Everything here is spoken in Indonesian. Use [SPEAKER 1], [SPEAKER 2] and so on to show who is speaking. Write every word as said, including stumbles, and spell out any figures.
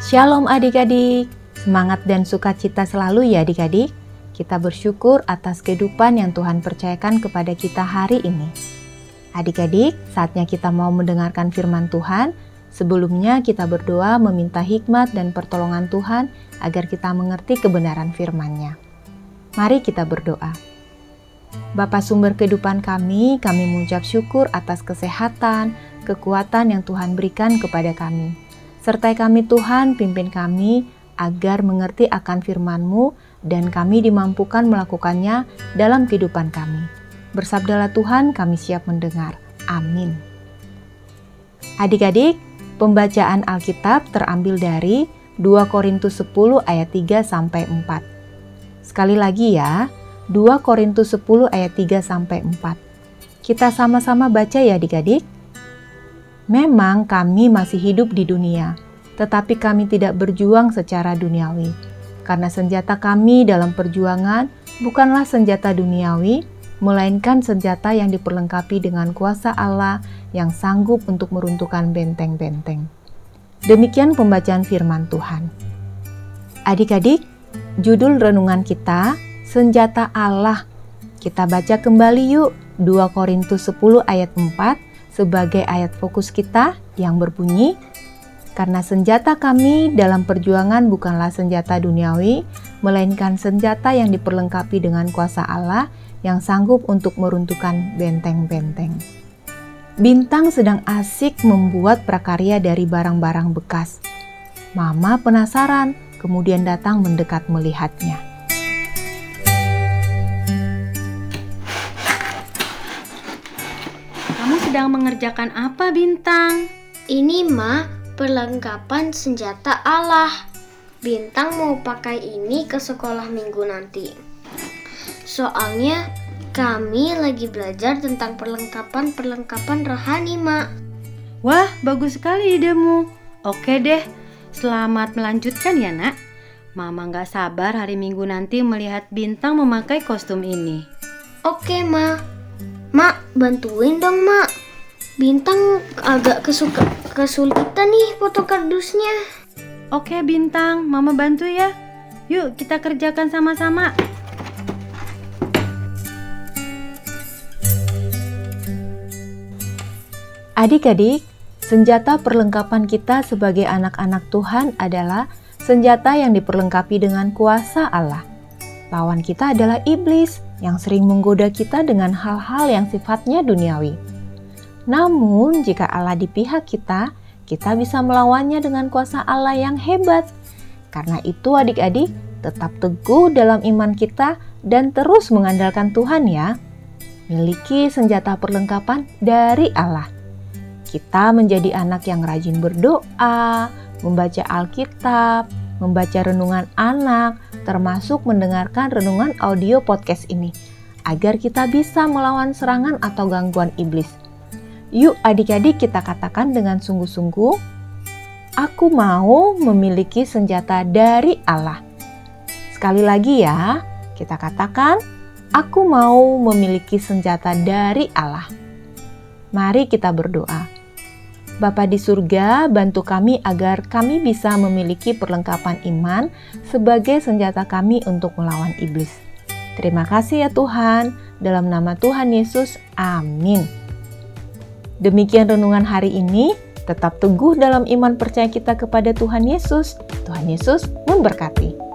[SPEAKER 1] Shalom adik-adik, semangat dan sukacita selalu ya adik-adik. Kita bersyukur atas kehidupan yang Tuhan percayakan kepada kita hari ini. Adik-adik, saatnya kita mau mendengarkan firman Tuhan. Sebelumnya kita berdoa meminta hikmat dan pertolongan Tuhan agar kita mengerti kebenaran firman-Nya. Mari kita berdoa. Bapa sumber kehidupan kami, kami mengucap syukur atas kesehatan, kekuatan yang Tuhan berikan kepada kami. Sertai kami Tuhan, pimpin kami agar mengerti akan firman-Mu dan kami dimampukan melakukannya dalam kehidupan kami. Bersabdalah Tuhan, kami siap mendengar. Amin. Adik-adik, pembacaan Alkitab terambil dari dua Korintus sepuluh ayat tiga sampai empat. Sekali lagi ya, dua Korintus sepuluh ayat tiga sampai empat. Kita sama-sama baca ya adik-adik. Memang kami masih hidup di dunia, tetapi kami tidak berjuang secara duniawi. Karena senjata kami dalam perjuangan bukanlah senjata duniawi, melainkan senjata yang diperlengkapi dengan kuasa Allah yang sanggup untuk meruntuhkan benteng-benteng. Demikian pembacaan firman Tuhan. Adik-adik, judul renungan kita, Senjata Allah. Kita baca kembali yuk, dua Korintus sepuluh ayat empat sebagai ayat fokus kita yang berbunyi, karena senjata kami dalam perjuangan bukanlah senjata duniawi, melainkan senjata yang diperlengkapi dengan kuasa Allah yang sanggup untuk meruntuhkan benteng-benteng. Bintang sedang asik membuat prakarya dari barang-barang bekas. Mama penasaran, kemudian datang mendekat melihatnya.
[SPEAKER 2] Kamu sedang mengerjakan apa, Bintang?
[SPEAKER 3] Ini, Ma, perlengkapan senjata Allah. Bintang mau pakai ini ke sekolah minggu nanti. Soalnya kami lagi belajar tentang perlengkapan-perlengkapan rohani, Ma.
[SPEAKER 2] Wah, bagus sekali idemu. Oke deh, selamat melanjutkan ya, Nak. Mama gak sabar hari Minggu nanti melihat Bintang memakai kostum ini.
[SPEAKER 3] Oke, Ma. Mak, bantuin dong, Mak. Bintang agak kesuka, kesulitan nih foto kardusnya.
[SPEAKER 2] Oke, Bintang, Mama bantu ya. Yuk, kita kerjakan sama-sama.
[SPEAKER 1] Adik-adik, senjata perlengkapan kita sebagai anak-anak Tuhan adalah senjata yang diperlengkapi dengan kuasa Allah. Lawan kita adalah iblis yang sering menggoda kita dengan hal-hal yang sifatnya duniawi. Namun, jika Allah di pihak kita, kita bisa melawannya dengan kuasa Allah yang hebat. Karena itu adik-adik, tetap teguh dalam iman kita dan terus mengandalkan Tuhan ya. Miliki senjata perlengkapan dari Allah. Kita menjadi anak yang rajin berdoa, membaca Alkitab, membaca renungan anak, termasuk mendengarkan renungan audio podcast ini, agar kita bisa melawan serangan atau gangguan iblis. Yuk adik-adik kita katakan dengan sungguh-sungguh, aku mau memiliki senjata dari Allah. Sekali lagi ya, kita katakan, aku mau memiliki senjata dari Allah. Mari kita berdoa. Bapa di surga, bantu kami agar kami bisa memiliki perlengkapan iman sebagai senjata kami untuk melawan iblis. Terima kasih ya Tuhan, dalam nama Tuhan Yesus, amin. Demikian renungan hari ini, tetap teguh dalam iman percaya kita kepada Tuhan Yesus. Tuhan Yesus memberkati.